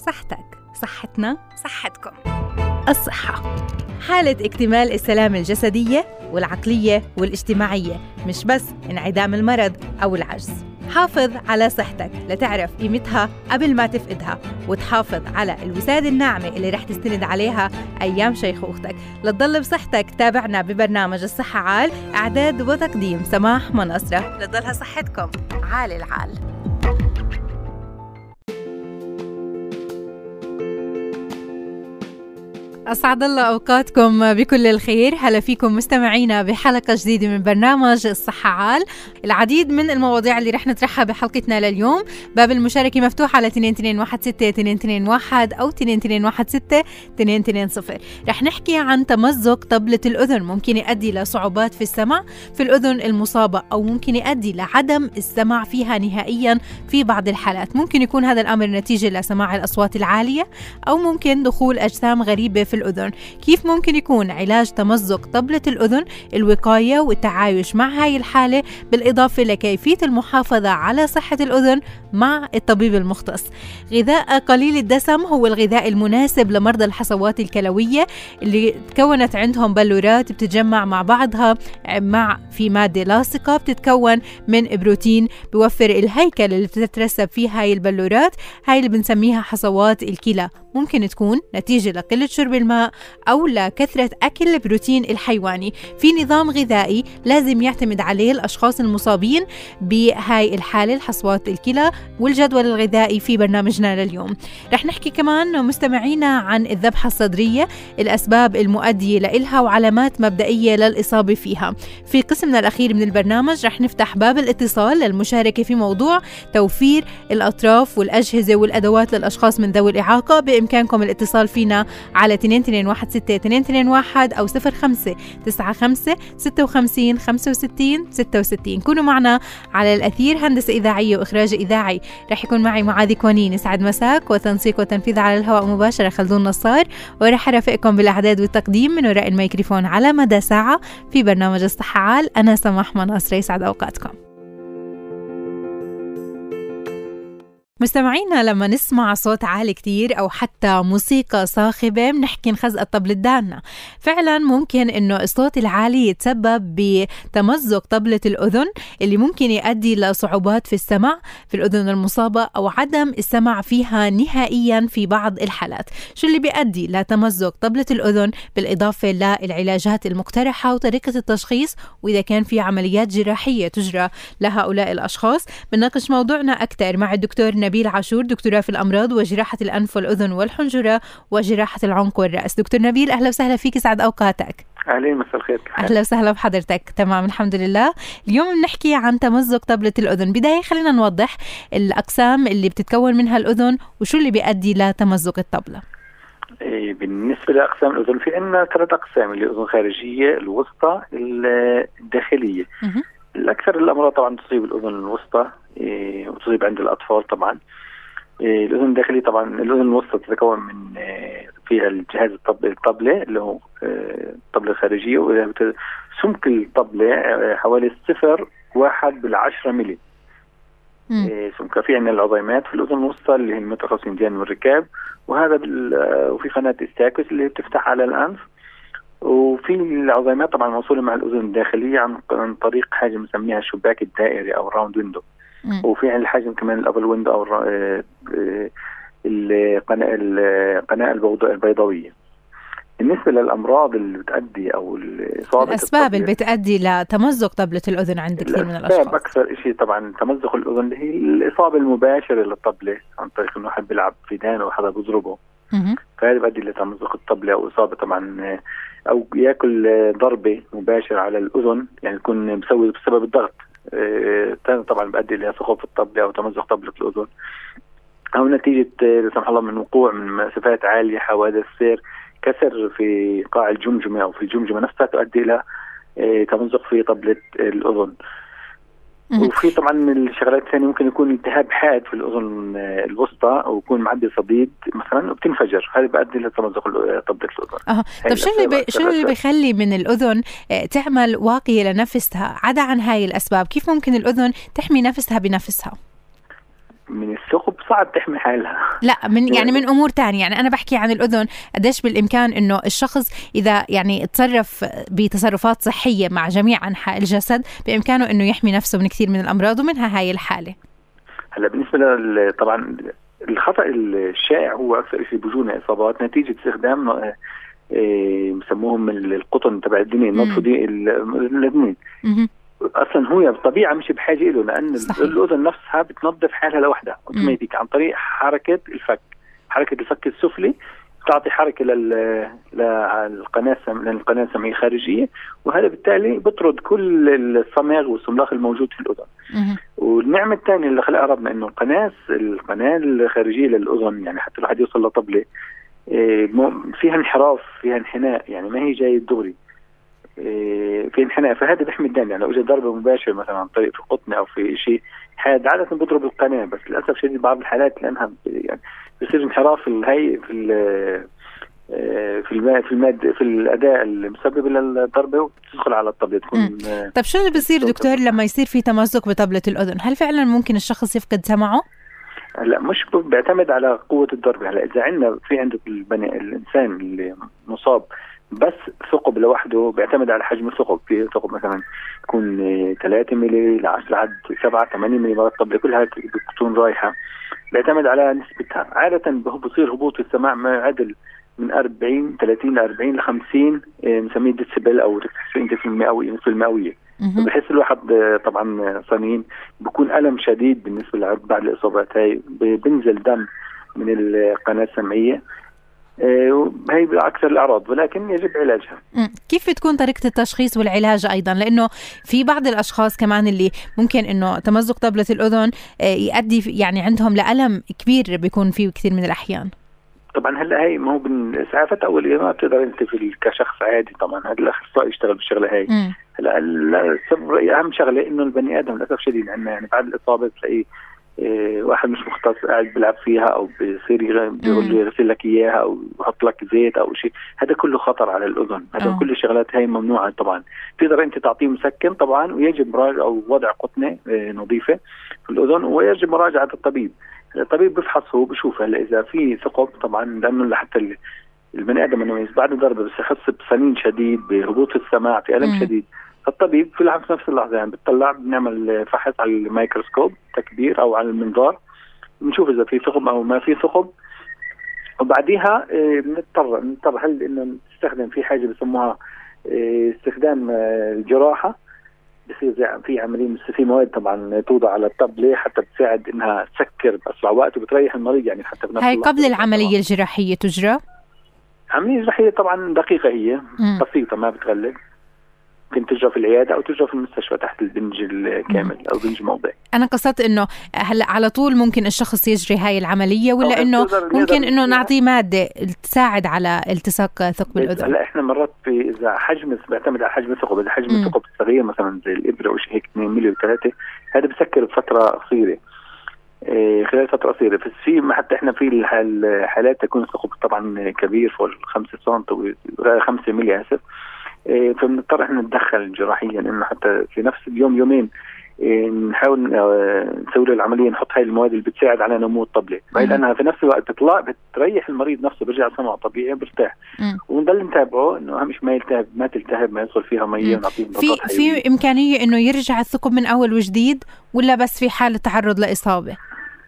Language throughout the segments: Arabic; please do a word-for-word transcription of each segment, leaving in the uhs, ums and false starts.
صحتك صحتنا صحتكم. الصحة حالة اكتمال السلامة الجسدية والعقلية والاجتماعية، مش بس انعدام المرض أو العجز. حافظ على صحتك لتعرف قيمتها قبل ما تفقدها، وتحافظ على الوسادة الناعمة اللي رح تستند عليها أيام شيخوختك. لتضل بصحتك تابعنا ببرنامج الصحة عال، إعداد وتقديم سماح منصرة. لتضلها صحتكم عال العال. أسعد الله أوقاتكم بكل الخير. هلا فيكم مستمعينا بحلقة جديدة من برنامج الصحة عال. العديد من المواضيع اللي رح نطرحها بحلقتنا لليوم. باب المشاركة مفتوح على اثنين اثنين واحد ستة اثنين اثنين واحد أو اثنين اثنين واحد ستة اثنين اثنين صفر. رح نحكي عن تمزق طبلة الأذن، ممكن يؤدي لصعوبات في السمع في الأذن المصابة، أو ممكن يؤدي لعدم السمع فيها نهائيا في بعض الحالات. ممكن يكون هذا الأمر نتيجة لسماع الأصوات العالية، أو ممكن دخول أجسام غريبة في الأذن. كيف ممكن يكون علاج تمزق طبلة الأذن؟ الوقاية والتعايش مع هاي الحالة، بالإضافة لكيفية المحافظة على صحة الأذن مع الطبيب المختص. غذاء قليل الدسم هو الغذاء المناسب لمرضى الحصوات الكلوية اللي تكونت عندهم بلورات بتتجمع مع بعضها مع في مادة لاصقة بتتكون من بروتين بيوفر الهيكل اللي بتترسب فيه هاي البلورات، هاي اللي بنسميها حصوات الكلى. ممكن تكون نتيجة لقلة شرب الماء أو لكثرة أكل البروتين الحيواني. في نظام غذائي لازم يعتمد عليه الأشخاص المصابين بهاي الحالة الحصوات الكلى، والجدول الغذائي في برنامجنا لليوم. رح نحكي كمان مستمعينا عن الذبحة الصدرية، الأسباب المؤدية لإلها وعلامات مبدئية للإصابة فيها. في قسمنا الأخير من البرنامج رح نفتح باب الاتصال للمشاركة في موضوع توفير الأطراف والأجهزة والأدوات للأشخاص من ذوي الإعاقة. بإمكانكم الاتصال فينا على اثنين اثنين واحد ستة اثنين اثنين واحد أو صفر خمسة تسعة خمسة ستة خمسة خمسة وستين ستة وستين. كونوا معنا على الأثير. هندسة إذاعية وإخراج إذاعي رح يكون معي معاذ كوانين. يسعد مساك. وتنسيق وتنفيذ على الهواء مباشرة خلدون نصار. ورح أرافقكم بالإعداد والتقديم من وراء الميكروفون على مدى ساعة في برنامج الصحة عال. أنا سماح منصرة. يسعد أوقاتكم مستمعينا. لما نسمع صوت عالي كتير أو حتى موسيقى صاخبة بنحكي نخزق الطبلة دانا. فعلا ممكن إنه الصوت العالي يتسبب بتمزق طبلة الأذن اللي ممكن يؤدي لصعوبات في السمع في الأذن المصابة أو عدم السمع فيها نهائيا في بعض الحالات. شو اللي بيؤدي لتمزق طبلة الأذن؟ بالإضافة للعلاجات المقترحة وطريقة التشخيص، وإذا كان في عمليات جراحية تجرى لهؤلاء الأشخاص. بنناقش موضوعنا أكثر مع الدكتور نبيل عاشور، دكتوراه في الأمراض وجراحة الأنف والأذن والحنجرة وجراحة العنق والرأس. دكتور نبيل أهلا وسهلا فيك. سعد أوقاتك. أهلين مساء الخير. أهلا وسهلا بحضرتك. تمام الحمد لله. اليوم بنحكي عن تمزق طبلة الأذن. بداية خلينا نوضح الأقسام اللي بتتكون منها الأذن وشو اللي بيؤدي لتمزق الطبلة. بالنسبة لأقسام الأذن في عندنا ثلاث أقسام: الأذن خارجية، الوسطى، الداخلية. م- الأكثر الأمراض طبعا تصيب الأذن الوسطى وتصيب عند الأطفال. طبعا الأذن الداخلية طبعا الأذن الوسطى تتكون من فيها الجهاز الطبلة اللي هو الطبلة الخارجية، وسمك الطبلة حوالي صفر واحد بالعشرة ملي سمكة. في عندنا العظيمات في الأذن الوسطى اللي هي المتقسم الجانب والركاب، وهذا وفي قناة استاكوس اللي بتفتح على الأنف. وفي العظيمات طبعا موصولة مع الأذن الداخلية عن, عن طريق حاجة مسميها الشباك الدائري أو الراوند ويندو. وفي الحاجة كمان الأبل ويندو أو القناة القناة البيضاوية. بالنسبة للأمراض اللي بتؤدي أو الأسباب اللي بتؤدي لتمزق طبلة الأذن عند كثير من الأشخاص، أكثر شيء طبعا تمزق الأذن هي الإصابة المباشرة للطبلة عن طريق إنه حد بيلعب في دانه وحدا بيضربه، فهذا بيؤدي لتمزق الطبلة أو إصابة طبعا، أو يأكل ضربة مباشرة على الأذن يعني يكون بسوي بسبب الضغط. اه طبعا بيؤدي لسقوط الطبلة أو تمزق طبلة الأذن، أو نتيجة لا سمح الله من وقوع من مسافات عالية، حوادث سير، كسر في قاع الجمجمة أو في الجمجمة نفسها تؤدي إلى اه تمزق في طبلة الأذن. وفي طبعا من الشغلات الثانية ممكن يكون التهاب حاد في الأذن الوسطى أو يكون معدي صديد مثلا وبتنفجر، هذا بيؤدي لتمزق طبلة الأذن. اه طب شو اللي بي... شو اللي بيخلي من الأذن تعمل واقية لنفسها عدا عن هاي الأسباب؟ كيف ممكن الأذن تحمي نفسها بنفسها؟ من الثقب صعب تحمي حالها. لا من يعني من امور تانية، يعني انا بحكي عن الاذن، قديش بالامكان انه الشخص اذا يعني تصرف بتصرفات صحيه مع جميع انحاء الجسد بامكانه انه يحمي نفسه من كثير من الامراض ومنها هاي الحاله. هلا بالنسبه لل طبعا الخطا الشائع هو اكثر شيء بيجونا اصابات نتيجه استخدام بسموهم القطن تبع الدنيا النظف دي الاذنين. اصلا هو بالطبيعه مش بحاجه له، لان صحيح. الاذن نفسها بتنظف حالها لوحدها اوتوماتيك عن طريق حركه الفك، حركه الفك السفلي بتعطي حركه لل للقناه للقناه السمعيه الخارجيه، وهذا بالتالي بطرد كل الصماغ والصملاخ الموجود في الاذن. والنعمه الثانيه اللي خلقها ربنا انه القناه القناه الخارجيه للاذن، يعني حتى الواحد يوصل لطبله فيها انحراف، فيها انحناء، يعني ما هي جاي دغري، في انحناء، فهذا بيحمي الدم. يعني لو اجى ضربه مباشره مثلا عن طريق في قطنه او في شيء، هذا عاده بيضرب القناه، بس للاسف شديد بعض الحالات لانها يعني بيصير انحراف الهي في في الماء في الماده في الاداء المسبب للضربه وتدخل على الطبله تكون. طيب شو اللي بيصير دكتور لما يصير في تمزق بطبله الاذن؟ هل فعلا ممكن الشخص يفقد سمعه؟ لا مش بيعتمد على قوه الضربه. هلا اذا عندنا في عند البني الانسان اللي مصاب بس ثقب لوحده بيعتمد على حجم الثقب، في ثقب مثلا يكون ثلاثة ملي لعشرة عد سبعة ثمانية ملي مرات الطبله كلها بتكون رايحه، بيعتمد على نسبتها. عاده بصير هبوط السماع معدل من أربعين ثلاثين ل أربعين ل خمسين بنسميه ديسيبل او تسعين في المئويه نصف المئويه. بحس الواحد طبعا صنين بيكون الم شديد بالنسبه لعد بعد الاصابات هاي، بينزل دم من القناه السمعيه، هي أكثر الأعراض ولكن يجب علاجها. كيف بتكون طريقة التشخيص والعلاج أيضا؟ لأنه في بعض الأشخاص كمان اللي ممكن إنه تمزق طبلة الأذن يؤدي يعني عندهم لألم كبير بيكون فيه كثير من الأحيان. طبعا هلا هي ما هو بالإسعافات أول ما بتقدر أنت في كشخص عادي، طبعا هذا الأخصائي يشتغل بالشغلة هاي. هلا أهم شغلة إنه البني آدم للأسف شديد عندنا يعني بعد الإصابة تلاقيه إيه واحد مش مختص قاعد بيلعب فيها او بيصير يقول له يغسل لك اياها او يحط لك زيت او شيء، هذا كله خطر على الاذن. هذا أوه. كل الشغلات هاي ممنوعه طبعا. تقدر انت تعطيه مسكن طبعا، ويجب مراجعه او وضع قطنه إيه نظيفه في الاذن، ويجب مراجعه الطبيب. الطبيب بيفحصه وبشوف هلا اذا في ثقب طبعا، لانه حتى البني ادم انه بعد ضربه بس يحس بصنين شديد، بهبوط السماع، في الم م. شديد، الطبيب في نفس اللحظه يعني بتطلع، بنعمل فحص على الميكروسكوب تكبير او على المنظار، بنشوف اذا في ثقب او ما في ثقب، وبعديها بنضطر بنضطر هل انه نستخدم في حاجه بسموها استخدام الجراحه، بصير في عمليه في مواد طبعا توضع على الطبله حتى بتساعد انها تسكر باسرع وقت وبتريح المريض. يعني حتى بنفس هاي قبل العمليه الجراحيه تجرى؟ عمليه جراحيه طبعا دقيقه، هي م. بسيطه ما بتغلب، ممكن تجرى في العيادة أو تجرى في المستشفى تحت البنج الكامل أو بنج موضعي. أنا قصدت إنه هلا على طول ممكن الشخص يجري هاي العملية، ولا إنه ممكن إنه نعطيه مادة تساعد على التصاق ثقب الأذن؟ هلا إحنا مرات في إذا حجم بيعتمد على حجم الثقب، إذا حجم الثقب الصغير مثلا زي الإبرة أو شيء هيك اثنين ملي وثلاثة، هذا بسكر بفترة قصيرة، إيه خلال فترة قصيرة. بس في حتى إحنا في الحالات تكون الثقب طبعا كبير فوق خمسة سنتي خمسة ملي آسف، فبنضطر احنا نتدخل جراحيا انه حتى في نفس اليوم يومين نحاول نسوي له العمليه، نحط هاي المواد اللي بتساعد على نمو الطبله، لانها في نفس الوقت بتطلع بتريح المريض نفسه، بيرجع سمعه طبيعي برتاح، ونضل نتابعه انه اهم شيء ما يلتهب ما تلتهب ما يدخل فيها ميه، ونعطيه في في امكانيه انه يرجع الثقب من اول وجديد، ولا بس في حاله تعرض لاصابه؟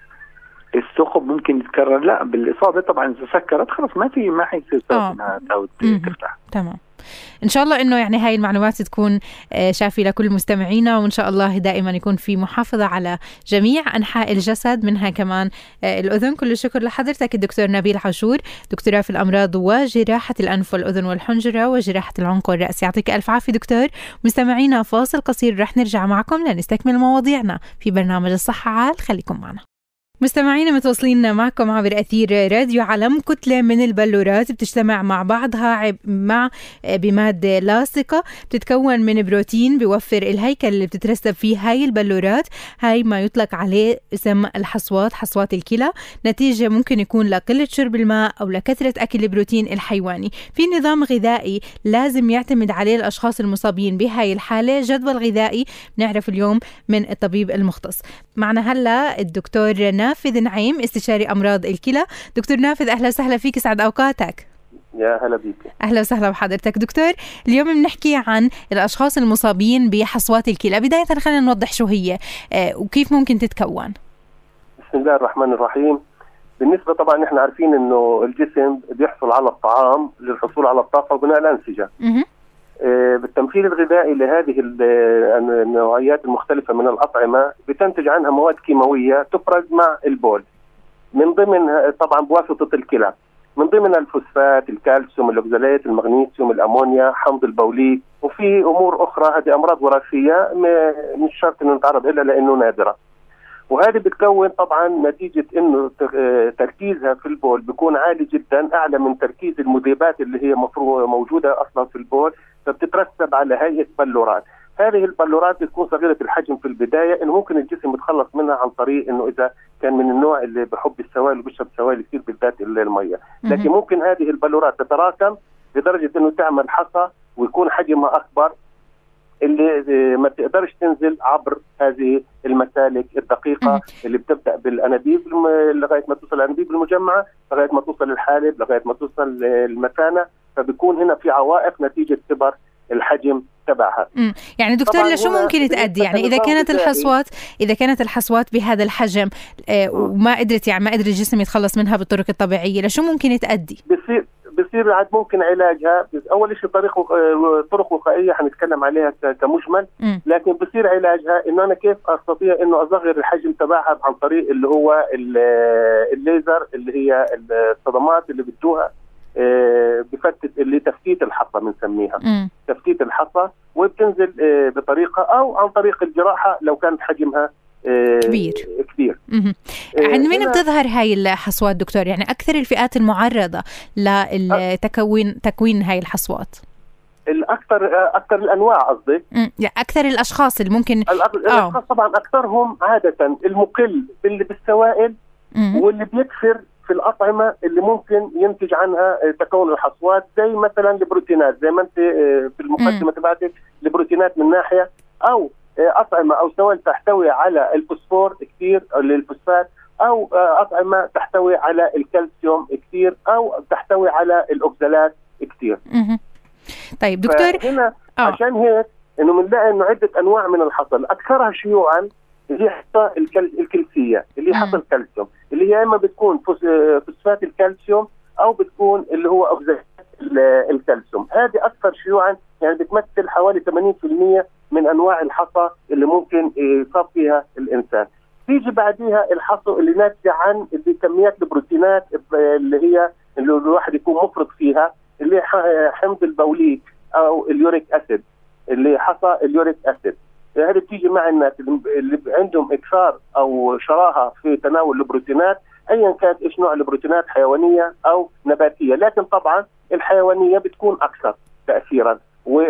الثقب ممكن يتكرر، لا بالاصابه طبعا اذا سكرت خلص ما في ما حيصير انها تعود تفتح. تمام. إن شاء الله إنه يعني هاي المعلومات تكون شافية لكل مستمعينا، وإن شاء الله دائما يكون في محافظة على جميع أنحاء الجسد منها كمان الأذن. كل الشكر لحضرتك الدكتور نبيل عاشور، دكتوراه في الأمراض وجراحة الأنف والأذن والحنجرة وجراحة العنق والرأس. يعطيك ألف عافية دكتور. مستمعينا فاصل قصير رح نرجع معكم لنستكمل مواضيعنا في برنامج الصحة عال، خليكم معنا. مستمعينا متواصلين معكم عبر أثير راديو علم. كتلة من البلورات بتجتمع مع بعضها مع بمادة لاصقة بتتكون من بروتين بيوفر الهيكل اللي بتترسب فيه هاي البلورات. هاي ما يطلق عليه اسم الحصوات، حصوات الكلى، نتيجة ممكن يكون لقلة شرب الماء أو لكثرة أكل البروتين الحيواني. في نظام غذائي لازم يعتمد عليه الأشخاص المصابين بهاي الحالة، جدول غذائي بنعرف اليوم من الطبيب المختص. معنا هلا الدكتور نافذ نعيم، استشاري أمراض الكلى. دكتور نافذ أهلا وسهلا فيك، سعد أوقاتك. يا هلا بيك. أهلا وسهلا بحضرتك دكتور. اليوم بنحكي عن الأشخاص المصابين بحصوات الكلى. بداية خلينا نوضح شو هي وكيف ممكن تتكون. بسم الله الرحمن الرحيم. بالنسبة طبعا احنا عارفين انه الجسم بيحصل على الطعام للحصول على الطاقة وبناء الأنسجة. اه بالتمثيل الغذائي لهذه النوعيات المختلفة من الأطعمة بتنتج عنها مواد كيماوية تفرز مع البول من ضمن طبعا بواسطة الكلى، من ضمن الفوسفات، الكالسيوم، الاوكزالات، المغنيسيوم، الامونيا، حمض البوليك، وفي امور اخرى. هذه امراض وراثيه مش شرط انه نتعرض لها لانه نادره. وهذه بتكون طبعا نتيجه انه تركيزها في البول بيكون عالي جدا، اعلى من تركيز المذيبات اللي هي مفروض موجوده اصلا في البول، فبتترتب على هيئه بلورات. هذه البلورات بتكون صغيره الحجم في البدايه، انه ممكن الجسم يتخلص منها عن طريق انه اذا كان من النوع اللي بحب السوائل وبيشرب سوائل كثير بالذات الميه، لكن ممكن هذه البلورات تتراكم لدرجه انه تعمل حصى ويكون حجمها اكبر، اللي ما تقدرش تنزل عبر هذه المسالك الدقيقه اللي بتبدا بالانابيب لغايه ما توصل الانابيب المجمعه، لغايه ما توصل الحالب، لغايه ما توصل المثانه، فبيكون هنا في عوائق نتيجه كبر الحجم تبعها. امم يعني دكتور لشو ممكن تؤدي؟ يعني اذا كانت الحصوات اذا كانت الحصوات بهذا الحجم آه وما قدرت يعني ما قدر الجسم يتخلص منها بالطرق الطبيعيه، لشو ممكن تؤدي؟ بصير بصير عاد ممكن علاجها. اول شيء طريق طرق وقائيه حنتكلم عليها كمجمل، م. لكن بصير علاجها انه انا كيف استطيع انه اصغر الحجم تبعها عن طريق اللي هو الليزر، اللي هي الصدمات اللي بدوها بفتت اللي تفتيت الحصى بنسميها تفتيت الحصى، وبتنزل بطريقه او عن طريق الجراحه لو كانت حجمها كبير كبير. عند مين بتظهر هاي الحصوات دكتور؟ يعني اكثر الفئات المعرضه لتكوين تكوين هاي الحصوات؟ الاكثر اكثر الانواع قصدي، يعني اكثر الاشخاص اللي ممكن الاشخاص طبعا اكثرهم عاده المقل بالسوائل واللي بيكثر في الأطعمة اللي ممكن ينتج عنها تكون الحصوات، زي مثلا البروتينات، زي ما انت في المقدمة تبعتك، البروتينات من ناحية، أو أطعمة أو سوائل تحتوي على الفوسفور كثير أو الفوسفات، أو أطعمة تحتوي على الكالسيوم كثير، أو تحتوي على الأوكزالات كثير. طيب دكتور هنا عشان هيك إنه بنلاقي إنه عدة أنواع من الحصى، أكثرها شيوعا هي حصى الكلسية اللي هي حصى الكالسيوم، اللي هي اما بتكون فوسفات الكالسيوم او بتكون اللي هو اوكزالات الكالسيوم. هذه اكثر شيوعا، يعني بتمثل حوالي ثمانين بالمئة من انواع الحصى اللي ممكن يصاب فيها الانسان. تيجي بعديها الحصى اللي ناتجه عن كميات البروتينات اللي هي اللي الواحد يكون مفرط فيها، اللي هي حمض البوليك او اليوريك اسيد، اللي حصى اليوريك اسيد. هذه بتيجي مع الناس اللي عندهم اكثار او شراهه في تناول البروتينات، ايا كانت ايش نوع البروتينات، حيوانيه او نباتيه، لكن طبعا الحيوانيه بتكون اكثر تاثيرا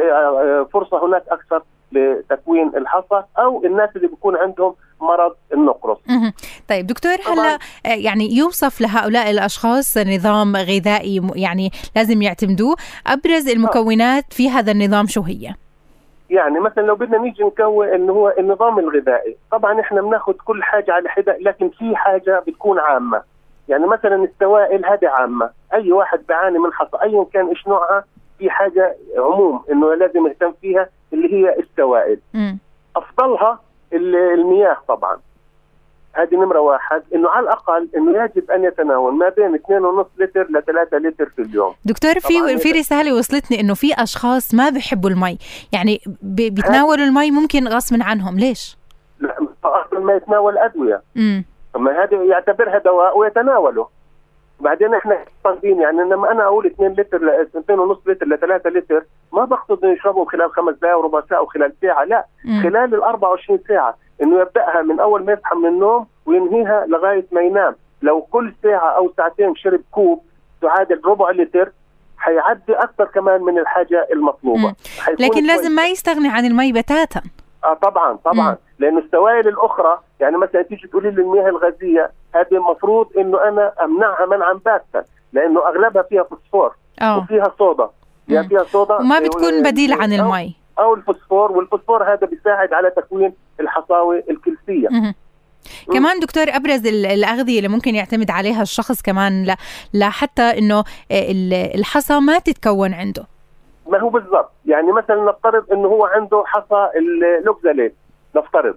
وفرصه هناك اكثر لتكوين الحصى، او الناس اللي بيكون عندهم مرض النقرس. طيب دكتور، هلا يعني يوصف لهؤلاء الاشخاص نظام غذائي يعني لازم يعتمدوه، ابرز المكونات في هذا النظام شو هي؟ يعني مثلا لو بدنا نيجي نكون انه هو النظام الغذائي، طبعا احنا بناخذ كل حاجه على حده، لكن في حاجه بتكون عامه. يعني مثلا السوائل هذه عامه، اي واحد بيعاني من حصى ايا كان ايش نوعها، في حاجه عموم انه لازم يهتم فيها اللي هي السوائل. م. افضلها المياه طبعا، هذه نمره واحد، انه على الاقل انه يجب ان يتناول ما بين اثنين ونص لتر لثلاثة لتر في اليوم. دكتور في في رساله وصلتني انه في اشخاص ما بيحبوا المي، يعني بيتناولوا المي ممكن غصب عنهم، ليش؟ لا اصلا ما يتناول ادويه، امم اما هذا يعتبرها دواء ويتناوله. بعدين احنا قاصدين يعني لما انا اقول اثنين لتر ل اثنين ونص لتر لثلاثة لتر، ما بقصد انه يشربوا خلال خمس دقائق وربع ساعه وخلال ساعه، لا، مم. خلال ال أربعة وعشرين ساعه، انه يبداها من اول ما يصحى من النوم وينهيها لغايه ما ينام. لو كل ساعه او ساعتين شرب كوب تعادل ربع لتر، حيعدي اكثر كمان من الحاجه المطلوبه. لكن لازم ما يستغني عن المي بتاتا. اه طبعا طبعا، لانه السوائل الاخرى يعني مثلا تيجي تقولي لي المياه الغازيه، هذه المفروض انه انا امنعها منعا باتا، لانه اغلبها فيها فوسفور أوه. وفيها صودا، يعني فيها صودا وما بتكون بديل عن المي او الفوسفور، والفوسفور هذا بيساعد على تكوين الحصاوي الكلسيه. مم. كمان دكتور أبرز الأغذية اللي ممكن يعتمد عليها الشخص كمان لحتى إنه الحصى ما تتكون عنده. ما هو بالضبط، يعني مثلا نفترض إنه هو عنده حصى الأوكزاليت نفترض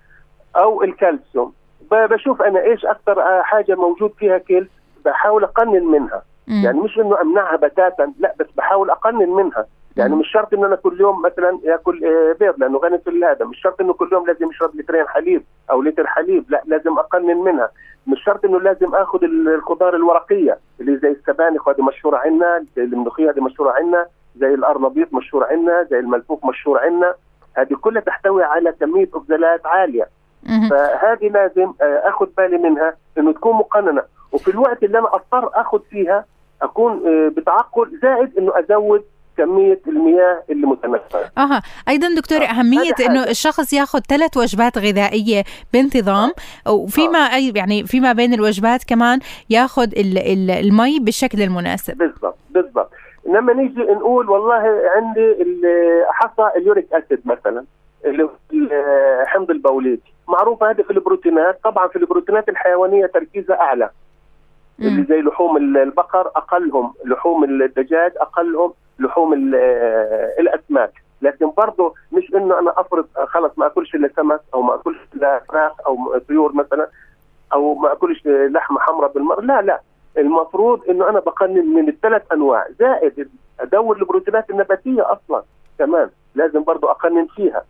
أو الكالسيوم، بشوف أنا إيش أكثر حاجة موجود فيها كيلز بحاول أقنن منها. م. يعني مش إنه أمنعها بتاتا، لا بس بحاول أقنن منها. يعني مش شرط إن أنا كل يوم مثلا يأكل بيض لأنه غني في هذا، مش شرط إنه كل يوم لازم يشرب لترين حليب أو لتر حليب، لا لازم أقنن منها. مش شرط إنه لازم أخذ الخضار الورقية اللي زي السبانخ وهذه مشهورة عنا، زي الملوخية هذه مشهورة عنا، زي الأرنبيط مشهور عنا، زي الملفوف مشهور عنا. هذه كلها تحتوي على كمية أوكزالات عالية. فهذه لازم أخذ بالي منها إنه تكون مقننة، وفي الوقت اللي أنا أضطر أخذ فيها أكون بتعقل، زائد إنه أزود كمية المياه اللي متنفسة. اها ايضا دكتور آه. اهمية انه الشخص ياخذ ثلاث وجبات غذائية بانتظام، آه. وفيما آه. يعني فيما بين الوجبات كمان ياخذ المي بالشكل المناسب. بالضبط بالضبط. لما نيجي نقول والله عندي حصى اليوريك اسيد مثلا اللي الحمض البوليدي، معروفة هذه في البروتينات، طبعا في البروتينات الحيوانية تركيزها اعلى، م. اللي زي لحوم البقر اقلهم، لحوم الدجاج اقلهم، لحوم الاسماك. لكن برضه مش انه انا افرض خلص ما اكلش الا سمك او ما اكلش الا فراخ او طيور مثلا او ما اكلش لحمه حمراء بالمره، لا لا، المفروض انه انا بقنن من الثلاث انواع، زائد ادور البروتينات النباتيه اصلا كمان لازم برضه اقنن فيها.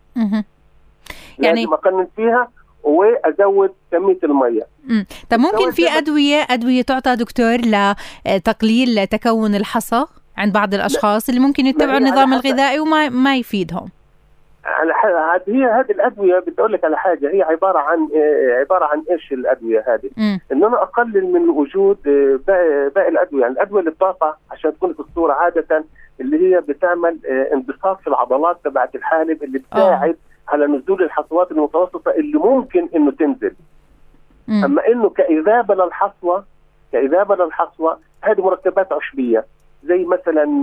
يعني لازم اقنن فيها وازود كميه الميه. امم طب ممكن في ادويه ادويه تعطى دكتور لتقليل تكون الحصى عند بعض الاشخاص اللي ممكن يتبعوا النظام الغذائي وما ما يفيدهم؟ على هي هذه الادويه بدي اقول لك على حاجه، هي عباره عن عباره عن ايش الادويه هذه؟ ان انا اقلل من وجود باقي باقي الادويه، يعني الادويه اللي بتعطى عشان تكون في الصوره عاده اللي هي بتعمل انبساط في العضلات تبعت الحالب اللي بتساعد أوه. على نزول الحصوات المتوسطه اللي ممكن انه تنزل. مم. اما انه كاذابه للحصوه كاذابه للحصوه هذه مركبات عشبيه زي مثلا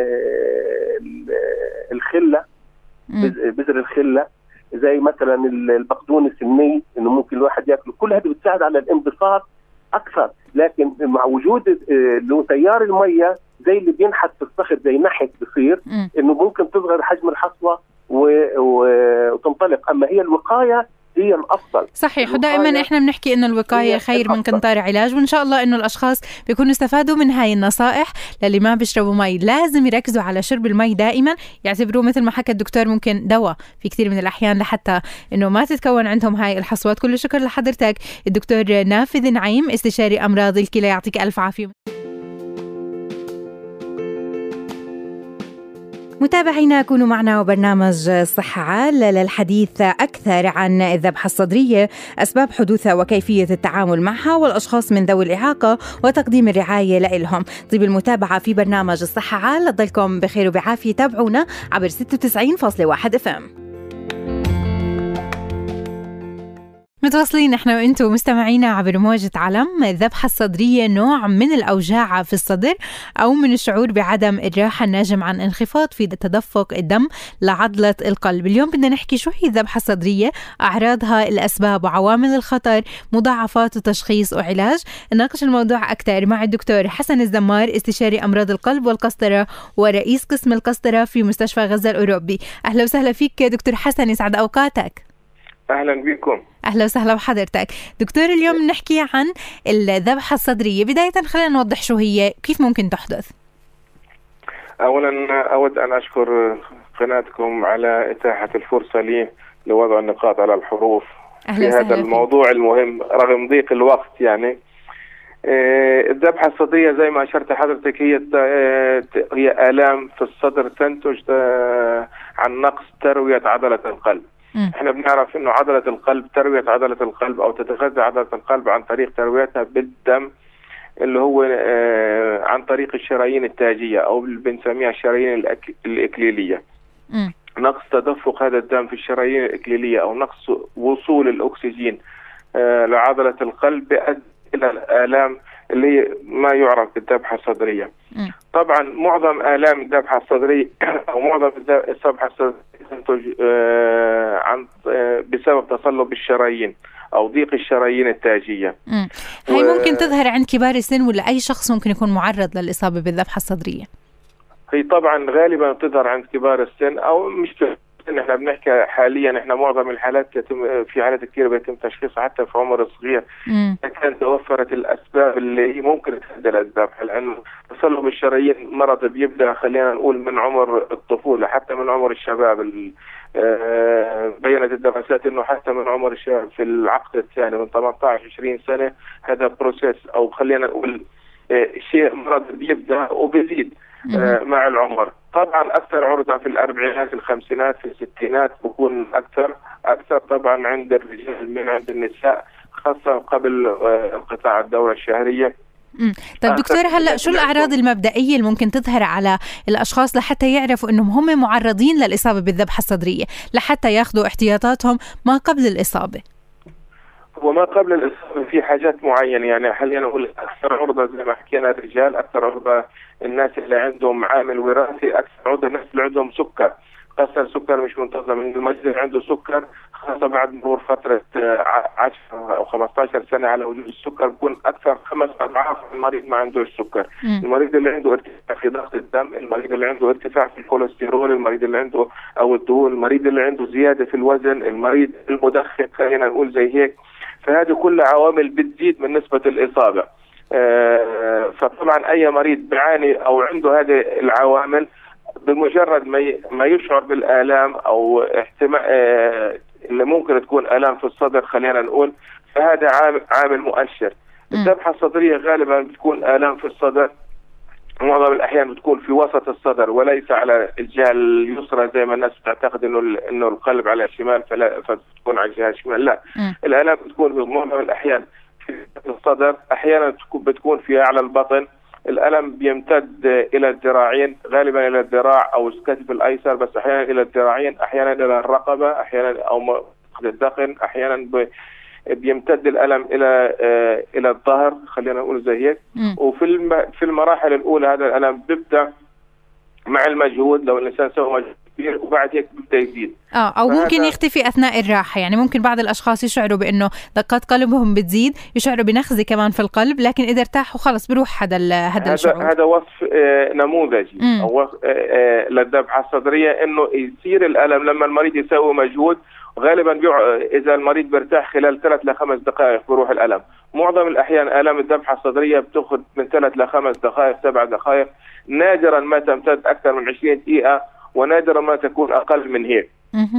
الخله، بذر الخله، زي مثلا البقدونس الني انه ممكن الواحد ياكله، كل هذه بتساعد على الانبساط اكثر. لكن مع وجود له تيار الميه زي اللي بينحت في الصخر زي نحت بصير انه ممكن تصغر حجم الحصوه وتنطلق. اما هي الوقايه هي الافضل. صحيح، ودائما احنا بنحكي انه الوقايه خير من قنطار علاج، وان شاء الله انه الاشخاص بيكونوا استفادوا من هاي النصائح. للي ما بيشربوا مي لازم يركزوا على شرب المي دائما، يعتبروه مثل ما حكى الدكتور ممكن دواء في كثير من الاحيان لحتى انه ما تتكون عندهم هاي الحصوات. كل الشكر لحضرتك الدكتور نافذ نعيم، استشاري امراض الكلى، يعطيك الف عافيه. متابعينا كونوا معنا وبرنامج صحة عال للحديث أكثر عن الذبحة الصدرية، أسباب حدوثها وكيفية التعامل معها، والأشخاص من ذوي الإعاقة وتقديم الرعاية لهم. طيب المتابعة في برنامج الصحة عال، ضلكم بخير وبعافية. تابعونا عبر ستة وتسعين فاصلة واحد اف ام. متواصلين احنا وانتم مستمعينا عبر موجة علم. الذبحة الصدرية نوع من الأوجاع في الصدر أو من الشعور بعدم الراحة الناجم عن انخفاض في تدفق الدم لعضلة القلب. اليوم بدنا نحكي شو هي الذبحة الصدرية، أعراضها، الأسباب وعوامل الخطر، مضاعفات وتشخيص وعلاج. نناقش الموضوع أكثر مع الدكتور حسن الزمار، استشاري أمراض القلب والقسطرة ورئيس قسم القسطرة في مستشفى غزة الأوروبي. أهلا وسهلا فيك دكتور حسن، يسعد أوقاتك. أهلا بكم. أهلا وسهلا بحضرتك دكتور. اليوم نحكي عن الذبحة الصدرية. بداية خلينا نوضح شو هي، كيف ممكن تحدث. أولا أود أن أشكر قناتكم على إتاحة الفرصة لي لوضع النقاط على الحروف في هذا الموضوع فيه. المهم رغم ضيق الوقت. يعني الذبحة الصدرية زي ما أشرت حضرتك هي هي آلام في الصدر تنتج عن نقص تروية عضلة القلب. احنا بنعرف انه عضلة القلب، تروية عضلة القلب او تتغذى عضلة القلب عن طريق ترويتها بالدم اللي هو اه عن طريق الشرايين التاجية او بنسميها الشرايين الإكليلية. م. نقص تدفق هذا الدم في الشرايين الإكليلية او نقص وصول الاكسجين اه لعضلة القلب بيؤدي الى الآلام اللي هي ما يعرف بالذبحة الصدرية. م. طبعا معظم آلام الذبحة الصدرية او معظم الذبحة الصدرية تنتج عن بسبب تصلب الشرايين أو ضيق الشرايين التاجية. مم. هاي و... ممكن تظهر عند كبار السن ولا أي شخص ممكن يكون معرض للإصابة بالذبحة الصدرية؟ هي طبعا غالبا تظهر عند كبار السن أو مش في السن. احنا بنحكي حاليا احنا معظم الحالات يتم في حالات كثير بيتم تشخيصها حتى في عمر صغير. كانت توفرت الأسباب اللي هي ممكن تؤدي للذبح، لأنه تصلب الشرايين مرض بيبدأ خلينا نقول من عمر الطفولة حتى من عمر الشباب. آه بينت الدراسات انه حتى من عمر الشباب في العقد الثاني من ثمانية عشر عشرين سنة هذا بروسيس او خلينا نقول آه شيء مرض بيبدأ وبيزيد آه مع العمر. طبعا اكثر عرضة في الاربعينات الخمسينات في الستينات بكون اكثر اكثر طبعا عند الرجال من عند النساء، خاصة قبل آه انقطاع الدورة الشهرية. امم طيب دكتور، هلا شو الأعراض المبدئية اللي ممكن تظهر على الأشخاص لحتى يعرفوا إنهم هم معرضين للإصابة بالذبحة الصدرية، لحتى ياخذوا احتياطاتهم ما قبل الإصابة؟ وما قبل الإصابة في حاجات معينة، يعني خلينا نقول أكثر عرضة زي ما حكينا الرجال، أكثر عرضة الناس اللي عندهم عامل وراثي، أكثر عرضة الناس اللي عندهم سكر، خاصة السكر مش منتظم. المريض اللي عنده سكر خاصة بعد مرور فترة عشرة أو خمسة عشر سنة على وجود السكر بيكون أكثر خمس أضعاف المريض ما عنده السكر. م. المريض اللي عنده ارتفاع في ضغط الدم، المريض اللي عنده ارتفاع في الكوليسترول، المريض اللي عنده أو الدهون، المريض اللي عنده زيادة في الوزن، المريض المدخن خلينا نقول زي هيك. فهذه كل عوامل بتزيد من نسبة الإصابة. آه فطبعا أي مريض بيعاني أو عنده هذه العوامل بمجرد ما ما يشعر بالآلام أو احتمال آه اللي ممكن تكون آلام في الصدر خلينا نقول، فهذا عامل, عامل مؤشر. الذبحة الصدرية غالبا بتكون آلام في الصدر، معظم الأحيان بتكون في وسط الصدر وليس على الجهة اليسرى زي ما الناس تعتقد إنه إنه القلب على الشمال فلا فتكون على الجهة الشمال، لا. م. الآلام بتكون معظم الأحيان في الصدر، أحيانا بتكون في أعلى البطن. الألم بيمتد إلى الذراعين، غالبا إلى الذراع أو الكتف الأيسر، بس أحيانا إلى الذراعين، أحيانا إلى الرقبة، أحيانا أو الذقن، أحيانا بيمتد الألم إلى آه إلى الظهر خلينا نقول زي هيك. وفي الم في المراحل الأولى هذا الألم بيبدأ مع المجهود، لو الإنسان سوى مجهود كبير وبعد هيك بيبدأ يزيد. اه او ممكن يختفي اثناء الراحه، يعني ممكن بعض الاشخاص يشعروا بانه دقات قلبهم بتزيد، يشعروا بنخزه كمان في القلب، لكن اذا ارتاحوا خلص بيروح هذا هذا الشعور. هذا وصف آه نموذجي مم. او آه آه للذبحه الصدريه، انه يصير الالم لما المريض يسوي مجهود، وغالبا بيع... اذا المريض بيرتاح خلال ثلاث لخمس دقائق بيروح الالم. معظم الاحيان الام الذبحه الصدريه بتاخذ من ثلاث لخمس دقائق سبع دقائق، نادرا ما تمتد اكثر من عشرين دقيقه، ونادرا ما تكون اقل من هيك.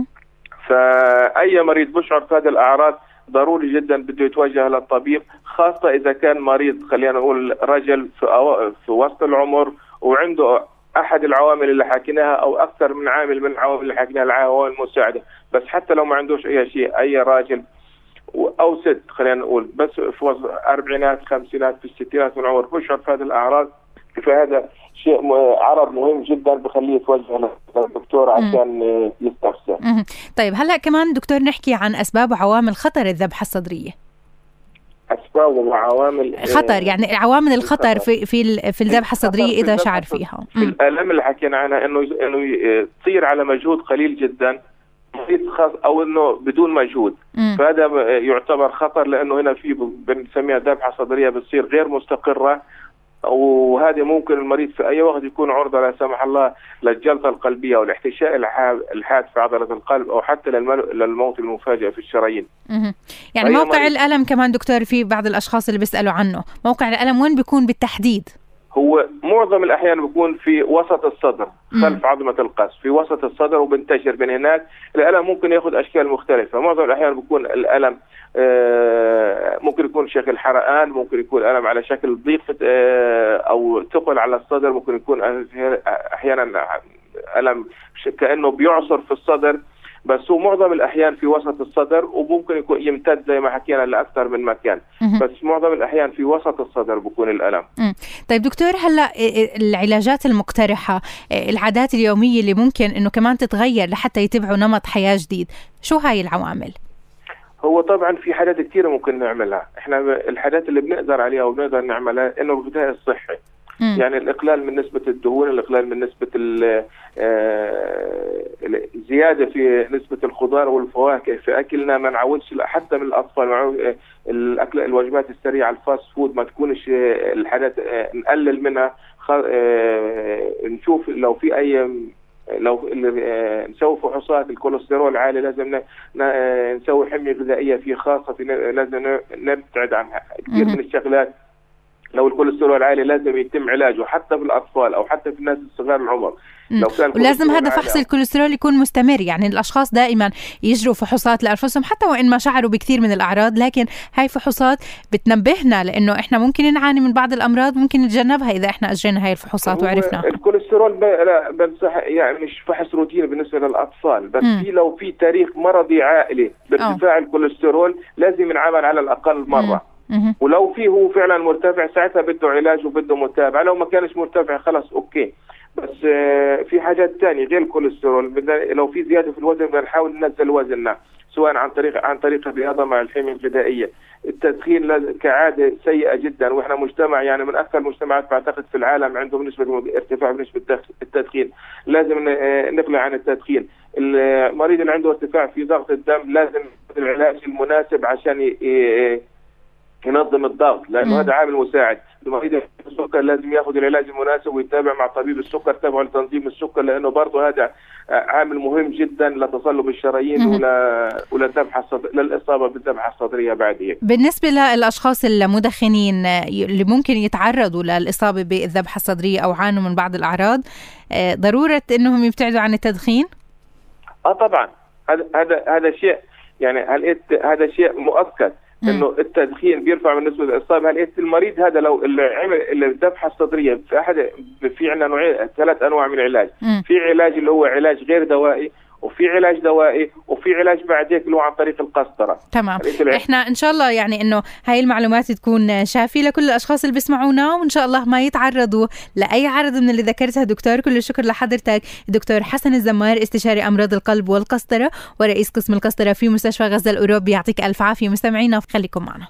فاي مريض بشعر في هذه الاعراض ضروري جدا بده يتوجه للطبيب، خاصه اذا كان مريض خلينا نقول رجل في, أو... في وسط العمر وعنده احد العوامل اللي حكيناها او اكثر من عامل من العوامل اللي حكيناها، العوامل المساعده. بس حتى لو ما عندوش اي شيء، اي راجل او ست خلينا نقول بس في الاربعينات خمسينات في الستينات من العمر بشعر في هذه الاعراض، فهذا شيء عرض مهم جدا بخليه يتوجه للدكتور عشان يستفسر. طيب هلا كمان دكتور نحكي عن اسباب وعوامل خطر الذبحه الصدريه. اسباب وعوامل خطر، يعني عوامل الخطر في في في الذبحه الصدريه اذا شعر فيها. في الالم اللي حكينا عنها انه انه تصير على مجهود قليل جدا او انه بدون مجهود، مم. فهذا يعتبر خطر، لانه هنا في بنسميها ذبحه صدريه بتصير غير مستقره، وهذه ممكن المريض في اي وقت يكون عرضه لا سمح الله للجلطه القلبيه او الاحتشاء الحاد في عضله القلب، او حتى للموت المفاجئ في الشرايين. يعني موقع الالم كمان دكتور، في بعض الاشخاص اللي بيسالوا عنه موقع الالم وين بيكون بالتحديد؟ هو معظم الأحيان بيكون في وسط الصدر خلف عظمة القص، في وسط الصدر وبنتشر من هناك. الألم ممكن يأخذ أشكال مختلفة، معظم الأحيان بيكون الألم آه ممكن يكون شكل حرقان، ممكن يكون ألم على شكل ضيق آه أو ثقل على الصدر، ممكن يكون أحيانا ألم كأنه بيعصر في الصدر، بس هو معظم الأحيان في وسط الصدر، وممكن يكون يمتد زي ما حكينا لأكثر من مكان، بس معظم الأحيان في وسط الصدر بيكون الألم. مم. طيب دكتور، هلا العلاجات المقترحة، العادات اليومية اللي ممكن إنه كمان تتغير لحتى يتبعوا نمط حياة جديد، شو هاي العوامل؟ هو طبعا في حاجات كثيرة ممكن نعملها، احنا الحاجات اللي بنقدر عليها وبنقدر نعملها إنه الغذاء الصحي. يعني الإقلال من نسبة الدهون، الإقلال من نسبة زياده في نسبه الخضار والفواكه في اكلنا، ما نعودش حتى من الاطفال الاكل الوجبات السريعه الفاست فود ما تكونش الحاجات نقلل منها. نشوف لو في اي لو نسوي فحوصات الكوليسترول عالي لازم نسوي حميه غذائيه فيه خاصه، في لازم نبتعد عنها كثير من الشغلات. لو الكوليسترول عالي لازم يتم علاجه حتى في الأطفال أو حتى في الناس الصغار العمر. لو كان ولازم هذا فحص الكوليسترول يكون مستمر، يعني الأشخاص دائما يجروا فحوصات لأنفسهم حتى وإن ما شعروا بكثير من الأعراض، لكن هاي فحوصات بتنبهنا لأنه إحنا ممكن نعاني من بعض الأمراض ممكن نتجنبها إذا إحنا أجرينا هاي الفحوصات وعرفنا. الكوليسترول لا بنصح يعني مش فحص روتيني بالنسبة للأطفال، بس في لو في تاريخ مرضي عائلي بارتفاع الكوليسترول لازم ينعمل على الأقل مرة. مم. ولو فيه هو فعلا مرتفع ساعتها بده علاج وبده متابعة، لو ما كانش مرتفع خلاص اوكي. بس في حاجات تانية غير الكوليسترول، لو في زيادة في الوزن بدنا نحاول ننزل وزننا سواء عن طريق عن طريق الرياضة مع الحمية الغذائية. التدخين كعادة سيئة جدا، واحنا مجتمع يعني من اكثر المجتمعات بعتقد في العالم عندهم نسبة ارتفاع بنسبة التدخين، لازم نقلع عن التدخين. المريض اللي عنده ارتفاع في ضغط الدم لازم العلاج المناسب عشان ينظم الضغط، لانه هذا عامل مساعد. المريض السكر لازم ياخذ العلاج المناسب ويتابع مع طبيب السكر تبعه لتنظيم السكر، لانه برضه هذا عامل مهم جدا لتصلب الشرايين ولا ولا الذبحه الصدر... للاصابه بالذبحه الصدريه بعد هيك. بالنسبه للاشخاص المدخنين اللي ممكن يتعرضوا للاصابه بالذبحه الصدريه او عانوا من بعض الاعراض، ضروره انهم يبتعدوا عن التدخين؟ اه طبعا، هذا هذا هذا شيء يعني هل هذا شيء مؤكد انه التدخين بيرفع من نسبه الاصابه. هل المريض هذا لو اللي عمل الذبحه الصدريه في احد في عندنا نوعين ثلاث انواع من العلاج، مم. في علاج اللي هو علاج غير دوائي، وفي علاج دوائي، وفي علاج بعد هيك اللي هو عن طريق القسطره. تمام. احنا ان شاء الله يعني انه هاي المعلومات تكون شافيه لكل الاشخاص اللي بيسمعونا، وان شاء الله ما يتعرضوا لاي عرض من اللي ذكرتها دكتور. كل الشكر لحضرتك دكتور حسن الزمار، استشاري امراض القلب والقسطره ورئيس قسم القسطره في مستشفى غزه الأوروبي. يعطيك الف عافيه. مستمعينا خليكم معنا.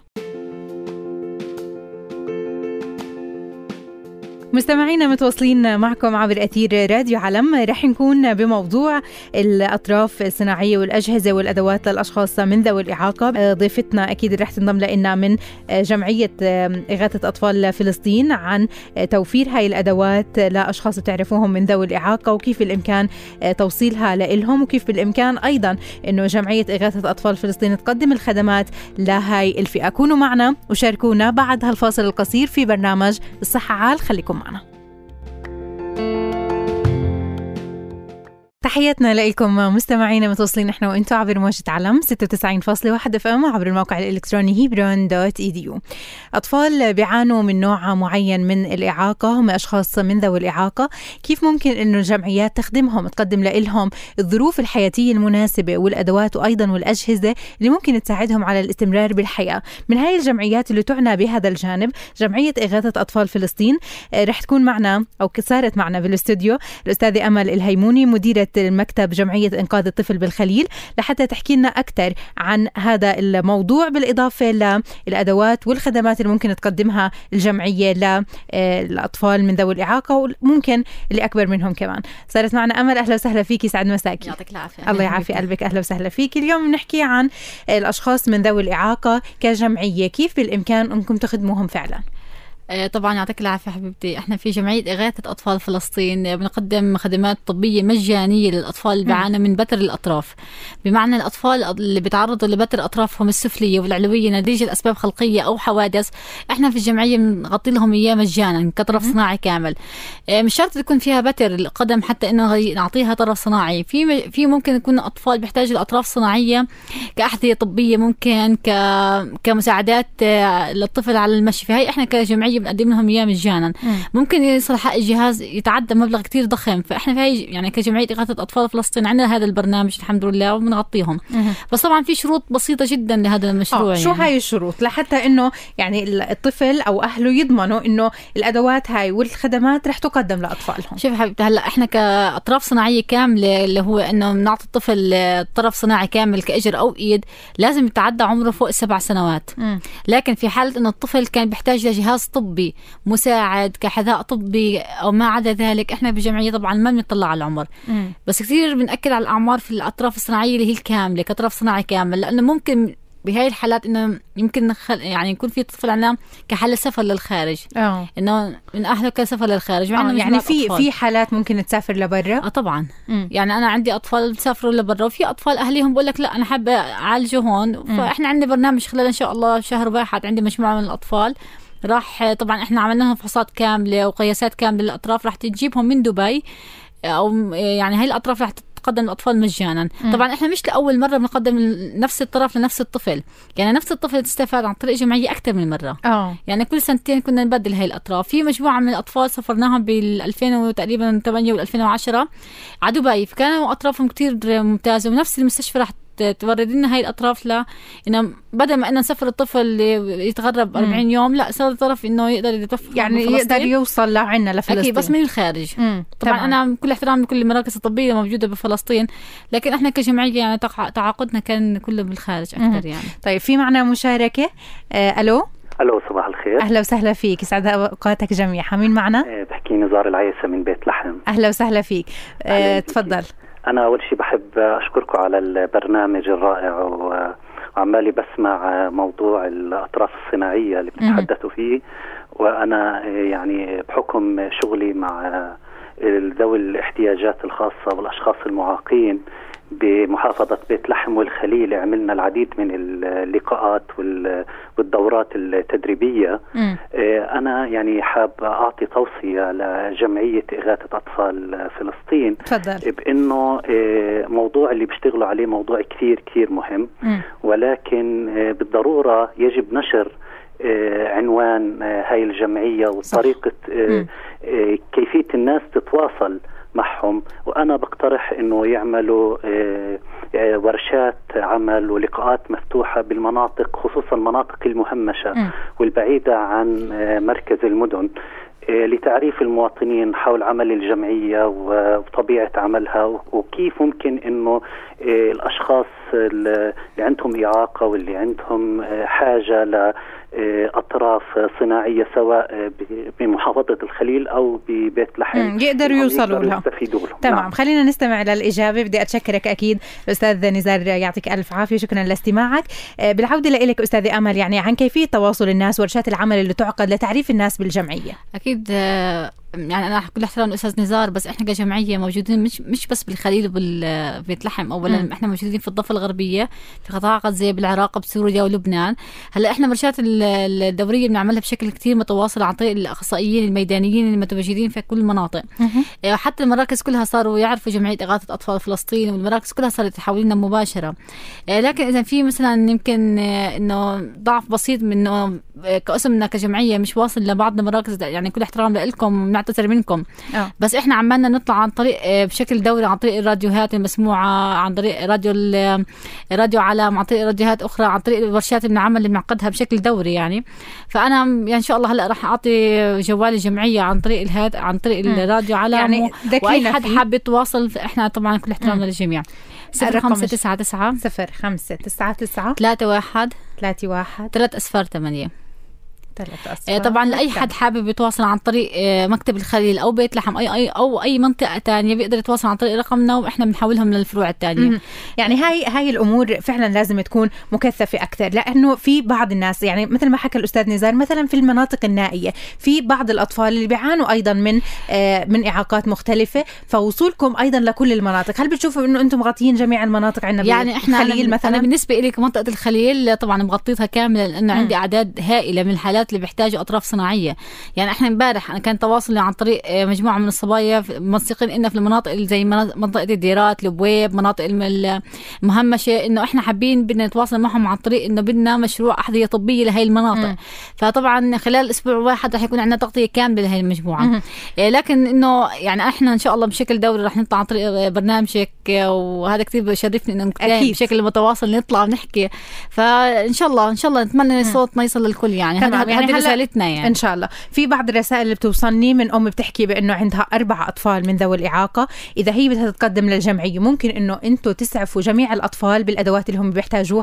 مستمعينا متواصلين معكم عبر أثير راديو علم. رح نكون بموضوع الأطراف الصناعية والأجهزة والأدوات للأشخاص من ذوي الإعاقة. ضيفتنا أكيد رح تنضم لنا من جمعية إغاثة أطفال فلسطين عن توفير هاي الأدوات لأشخاص تعرفوهم من ذوي الإعاقة، وكيف بالإمكان توصيلها لإلهم، وكيف بالإمكان أيضا إنه جمعية إغاثة أطفال فلسطين تقدم الخدمات لهاي الفئة. كونوا معنا وشاركونا بعد هالفاصل القصير في برنامج الصحة عال. خليكم معنا. تحياتنا لكم مستمعينا متواصلين نحن وانتم عبر موجة علم ستة وتسعين فاصلة واحد اف ام عبر الموقع الالكتروني هيبرون دوت اي دي يو. اطفال بيعانوا من نوع معين من الاعاقه، هم اشخاص من ذوي الاعاقه، كيف ممكن انه الجمعيات تخدمهم، تقدم لهم الظروف الحياتيه المناسبه والادوات وايضا والاجهزه اللي ممكن تساعدهم على الاستمرار بالحياه. من هاي الجمعيات اللي تعنى بهذا الجانب جمعيه اغاثه اطفال فلسطين. رح تكون معنا او صارت معنا بالاستوديو الاستاذه امل الهيموني، مديره المكتب جمعية إنقاذ الطفل بالخليل، لحتى تحكي لنا أكثر عن هذا الموضوع، بالإضافة للأدوات والخدمات اللي ممكن تقدمها الجمعية للأطفال من ذوي الإعاقة وممكن اللي أكبر منهم كمان. صارت معنا أمل، أهلا وسهلا فيكي، سعد مساكي. يعطيك العافية. الله يعافي قلبك، أهلا وسهلا فيكي. اليوم نحكي عن الأشخاص من ذوي الإعاقة كجمعية، كيف بالإمكان أنكم تخدموهم فعلا؟ طبعا يعطيك العافية حبيبتي. احنا في جمعية إغاثة أطفال فلسطين بنقدم خدمات طبية مجانية للأطفال اللي بيعانوا من بتر الأطراف، بمعنى الأطفال اللي بيتعرضوا لبتر أطرافهم السفلية والعلوية نتيجة أسباب خلقية أو حوادث، احنا في الجمعية بنغطي لهم إياه مجانا كطرف صناعي كامل. مش شرط تكون فيها بتر القدم حتى إنه نعطيها طرف صناعي، في في ممكن يكون أطفال بيحتاجوا لأطراف صناعية كأحذية طبية، ممكن ك كمساعدات للطفل على المشي، فهي احنا كجمعية بنقدم لهم اياه مجانا. ممكن يصل حق الجهاز يتعدى مبلغ كتير ضخم، فاحنا في يعني كجمعيه اغاثه اطفال فلسطين عندنا هذا البرنامج الحمد لله وبنغطيهم. بس طبعا في شروط بسيطه جدا لهذا المشروع. شو يعني. هاي الشروط لحتى انه يعني الطفل او اهله يضمنوا انه الادوات هاي والخدمات رح تقدم لاطفالهم؟ شوف حبيبتي، هلا احنا كاطراف صناعيه كامله اللي هو انه بنعطي الطفل طرف صناعي كامل كاجر او ايد لازم يتعدى عمره فوق السبع سنوات. م. لكن في حاله انه الطفل كان بيحتاج لجهاز طبي طبي مساعد كحذاء طبي أو ما عدا ذلك. إحنا بجمعية طبعا ما بنطلع على العمر م. بس كثير بنأكد على الأعمار في الأطراف الصناعية اللي هي الكاملة كأطراف صناعي كامل، لأنه ممكن بهاي الحالات انه يمكن نخل... يعني يكون في طفل عنا كحل سفر للخارج اه انه من اهله كسفر للخارج آه يعني في أطفال. في حالات ممكن تسافر لبرا اه طبعا م. يعني انا عندي اطفال بتسافروا لبرا وفي اطفال اهليهم بقول لك لا انا حابه اعالجه هون م. فاحنا عندنا برنامج خلال ان شاء الله شهر واحد عندي مجموعه من الاطفال راح طبعا احنا عملنا لهم فحوصات كامله وقياسات كامله للاطراف راح تجيبهم من دبي او يعني هاي الاطراف راح تقدم الأطفال مجانا. م. طبعا احنا مش لأول مرة بنقدم نفس الطرف لنفس الطفل، يعني نفس الطفل تستفاد عن طريق جمعية أكثر من مرة. أوه. يعني كل سنتين كنا نبدل هاي الأطراف. في مجموعة من الأطفال سفرناهم بالألفين وتقريبا ثمانية والألفين وعشرة على دبي، فكانوا أطرافهم كتير ممتازة ونفس المستشفى راح تورد لنا هاي الأطراف لا إنه بدل ما إنه نسافر الطفل يتغرب أربعين يوم لا صار الطرف إنه يقدر يتوفى يعني يقدر يوصل لعنا لفلسطين أكيد بس من الخارج. مم. طبعا طبعا. أنا بكل احترام لكل المراكز الطبية موجودة بفلسطين لكن إحنا كجمعية يعني تعاقدنا كان كله بالخارج أكثر. مم. يعني طيب في معنا مشاركة. آه ألو ألو صباح الخير. أهلا وسهلا فيك يسعد أوقاتك جميعا. مين معنا؟ أه بحكي نزار العيسى من بيت لحم. أهلا وسهلا فيك. أه تفضل. أنا أول شيء بحب أشكركم على البرنامج الرائع وعمالي بسمع موضوع الأطراف الصناعية اللي بتتحدثوا فيه، وأنا يعني بحكم شغلي مع ذوي الاحتياجات الخاصة والأشخاص المعاقين بمحافظة بيت لحم والخليل عملنا العديد من اللقاءات والدورات التدريبية. م. أنا يعني حاب أعطي توصية لجمعية إغاثة أطفال فلسطين تفضل. بأنه موضوع اللي بيشتغلوا عليه موضوع كثير كثير مهم، م. ولكن بالضرورة يجب نشر عنوان هاي الجمعية وطريقة كيفية الناس تتواصل معهم. وأنا بقترح أنه يعملوا ورشات عمل ولقاءات مفتوحة بالمناطق خصوصا المناطق المهمشة م. والبعيدة عن مركز المدن لتعريف المواطنين حول عمل الجمعية وطبيعة عملها وكيف ممكن أنه الأشخاص اللي عندهم إعاقة واللي عندهم حاجة لأطراف صناعية سواء بمحافظة الخليل أو ببيت لحم يقدروا يوصلوا لها. تمام. نعم. خلينا نستمع للإجابة. بدي أتشكرك أكيد الأستاذ نزار، يعطيك ألف عافية، شكرا لاستماعك. بالعودة لإلك أستاذ أمل، يعني عن كيفية تواصل الناس ورشات العمل اللي تعقد لتعريف الناس بالجمعية. أكيد يعني أنا كل احترام الأستاذ نزار بس إحنا كجمعية موجودين مش مش بس بالخليل وبالبيت لحم، أولا م. إحنا موجودين في الضفة الغربية في قطاع غزة بالعراق بسوريا ولبنان. هلا إحنا مرشات الدورية بنعملها بشكل كتير متواصل عن طريق الأخصائيين الميدانيين المتواجدين في كل المناطق. م. حتى المراكز كلها صاروا يعرفوا جمعية إغاثة أطفال فلسطين والمراكز كلها صارت تحول لنا مباشرة. لكن إذا في مثلا يمكن إنه ضعف بسيط من إنه كقسمنا كجمعية مش واصل لبعض المراكز، يعني كل احترام لكم نعتذر منكم. أوه. بس احنا عمالنا نطلع عن طريق بشكل دوري عن طريق الراديوهات المسموعة، عن طريق راديو راديو علام، عن طريق راديوهات اخرى، عن طريق الورشات اللي بنعمل اللي بنعقدها بشكل دوري. يعني فانا يعني ان شاء الله هلا راح اعطي جوال الجمعية عن طريق الهات عن طريق م. الراديو علام، يعني واي حد حاب يتواصل احنا طبعا كل احترام للجميع. صفر خمسة تسعة تسعة صفر خمسة تسعة تسعة ثلاثة واحد ثلاثة واحد ثلاث أصفار ثمانية. طبعا لأي حد حابب يتواصل عن طريق مكتب الخليل أو بيت لحم أي أي أو أي منطقة تانية بيقدر يتواصل عن طريق رقمنا وإحنا بنحولهم للفروع التانية. يعني هاي هاي الأمور فعلا لازم تكون مكثفة أكثر، لأنه في بعض الناس يعني مثل ما حكى الأستاذ نزار مثلا في المناطق النائية في بعض الأطفال اللي بيعانوا أيضا من من إعاقات مختلفة، فوصولكم أيضا لكل المناطق. هل بتشوفوا إنه أنتم مغطيين جميع المناطق عندنا؟ يعني إحنا أنا مثلا أنا بالنسبة إلي كمنطقة الخليل طبعا مغطيتها كاملة لأنه عندي أعداد هائلة من الحالات اللي بيحتاجوا أطراف صناعية. يعني احنا امبارح انا كان تواصلي عن طريق مجموعة من الصبايا منسقين إننا في المناطق زي منطقة الديرات، البويب، مناطق المهمشة، إنه احنا حابين بدنا نتواصل معهم عن طريق إنه بدنا مشروع أحذية طبية لهي المناطق. م. فطبعا خلال أسبوع واحد رح يكون عندنا تغطية كاملة لهي المجموعة. م. لكن إنه يعني احنا إن شاء الله بشكل دوري رح نطلع عن طريق برنامجك، وهذا كتير بشرفني إنه بشكل متواصل نطلع ونحكي. فإن شاء الله إن شاء الله نتمنى صوتنا يصل للكل. يعني هذا يعني رسالتنا. يعني إن شاء الله. في بعض الرسائل اللي بتوصلني من أم بتحكي بأنه عندها أربع أطفال من ذوي الإعاقة، إذا هي بدها تتقدم للجمعية ممكن إنه أنتوا تسعفوا جميع الأطفال بالأدوات اللي هم بيحتاجوها؟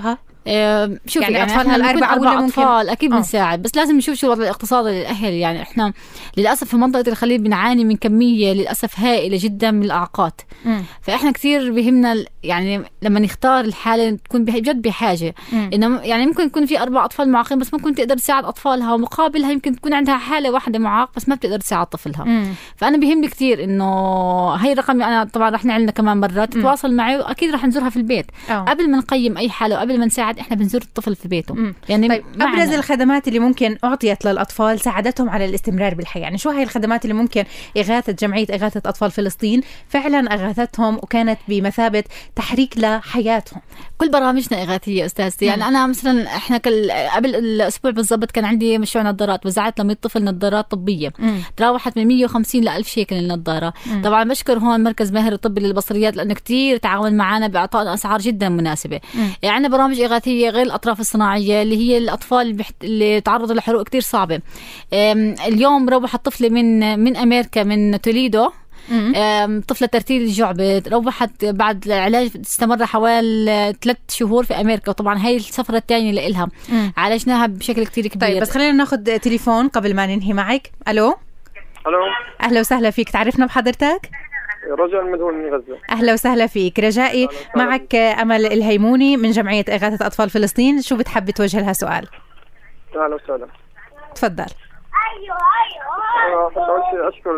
آه شوف يعني, يعني أطفالنا الأربعة أربع أطفال ممكن... أكيد بنساعد، بس لازم نشوف شو الوضع الاقتصادي للأهل. يعني إحنا للأسف في منطقة الخليل بنعاني من كمية للأسف هائلة جدا من الإعاقات. م. فإحنا كثير بهمنا يعني لما نختار الحالة تكون بجد بحاجة، إنه يعني ممكن يكون في أربع أطفال معاقين بس ممكن تقدر تساعد أطفالها، ومقابلها يمكن تكون عندها حالة واحدة معاق بس ما بتقدر تساعد طفلها. م. فأنا بهمني كثير إنه هاي الرقم أنا طبعا رح نعلن كمان مرة تتواصل معي، وأكيد رح نزورها في البيت. أوه. قبل ما نقيم أي حالة وقبل ما نساعد إحنا بنزور الطفل في بيته. م. يعني طيب أبرز الخدمات اللي ممكن أعطيت للأطفال ساعدتهم على الاستمرار بالحياة، يعني شو هاي الخدمات اللي ممكن إغاثة جمعية إغاثة أطفال فلسطين فعلا أغاثتهم وكانت بمثابة تحريك لحياتهم؟ كل برامجنا إغاثية أستاذتي. يعني أنا مثلا إحنا كل قبل الأسبوع بالضبط كان عندي مشروع نظارات، وزعت لمية طفل نظارات طبية مم. تراوحت من مية وخمسين لألف شيكل النظارة. مم. طبعا بشكر هون مركز ماهر الطبي للبصريات لأنه كتير تعاون معنا بإعطائنا أسعار جدا مناسبة. يعني عندنا برامج إغاثية غير الأطراف الصناعية اللي هي الأطفال اللي, بحت... اللي تعرضوا لحروق كتير صعبة. اليوم روحت طفلة من من أمريكا من توليدو، طفلة ترتيل الجعبة، روحت بعد العلاج استمر حوالي ثلاث شهور في أمريكا، وطبعا هاي السفرة الثانية لإلها عالجناها بشكل كتير كبير. طيب بس خلينا ناخد تليفون قبل ما ننهي معك. ألو. ألو. أهلا وسهلا فيك، تعرفنا بحضرتك؟ رجاء المدهون من غزة. أهلا وسهلا فيك رجائي. معك أمل الهيموني من جمعية إغاثة أطفال فلسطين، شو بتحب توجه لها سؤال؟ أهلا وسهلا. تفضل. أيوة أيوة. أحب أول شيء أشكر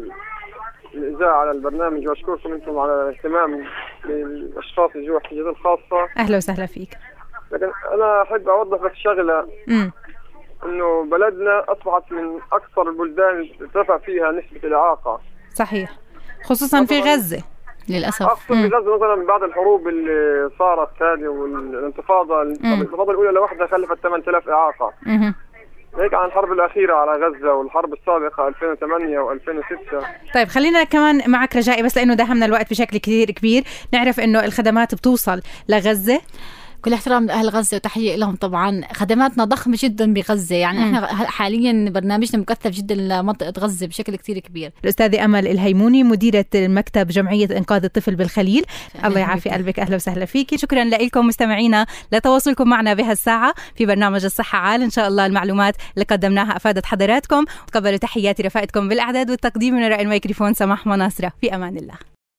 الإذاعة على البرنامج، وأشكركم أنتم على الاهتمام للأشخاص اللي جوا احتياجات الخاصة. أهلا وسهلا فيك. لكن أنا أحب أوضح بس شغلة، م. إنه بلدنا أصبحت من أكثر البلدان اللي ارتفع فيها نسبة الإعاقة. صحيح، خصوصا في غزة للأسف. أقصد في غزة مثلا من بعد الحروب اللي صارت هذه والانتفاضة، الانتفاضة الأولى لوحدها خلفت ثمانية آلاف إعاقة. م. هيك عن الحرب الأخيرة على غزة والحرب السابقة ألفين وثمانية وألفين وستة. طيب خلينا كمان معك رجائي، بس لأنه داهمنا الوقت بشكل كثير كبير، نعرف إنه الخدمات بتوصل لغزة. كل احترام لأهل غزة وتحية لهم. طبعا خدماتنا ضخمة جدا بغزة، يعني م. احنا حاليا برنامجنا مكثف جدا لمنطقة غزة بشكل كتير كبير. الأستاذة أمل الهيموني مديرة مكتب جمعية إنقاذ الطفل بالخليل، الله يعافي قلبك. أهلا وسهلا فيكي. شكرا لكم مستمعينا لتواصلكم معنا بهالساعة في برنامج الصحة عال. إن شاء الله المعلومات اللي قدمناها أفادت حضراتكم. تقبلوا تحياتي رفقتكم بالإعداد والتقديم من وراء الميكروفون سماح مناصرة. في أمان الله.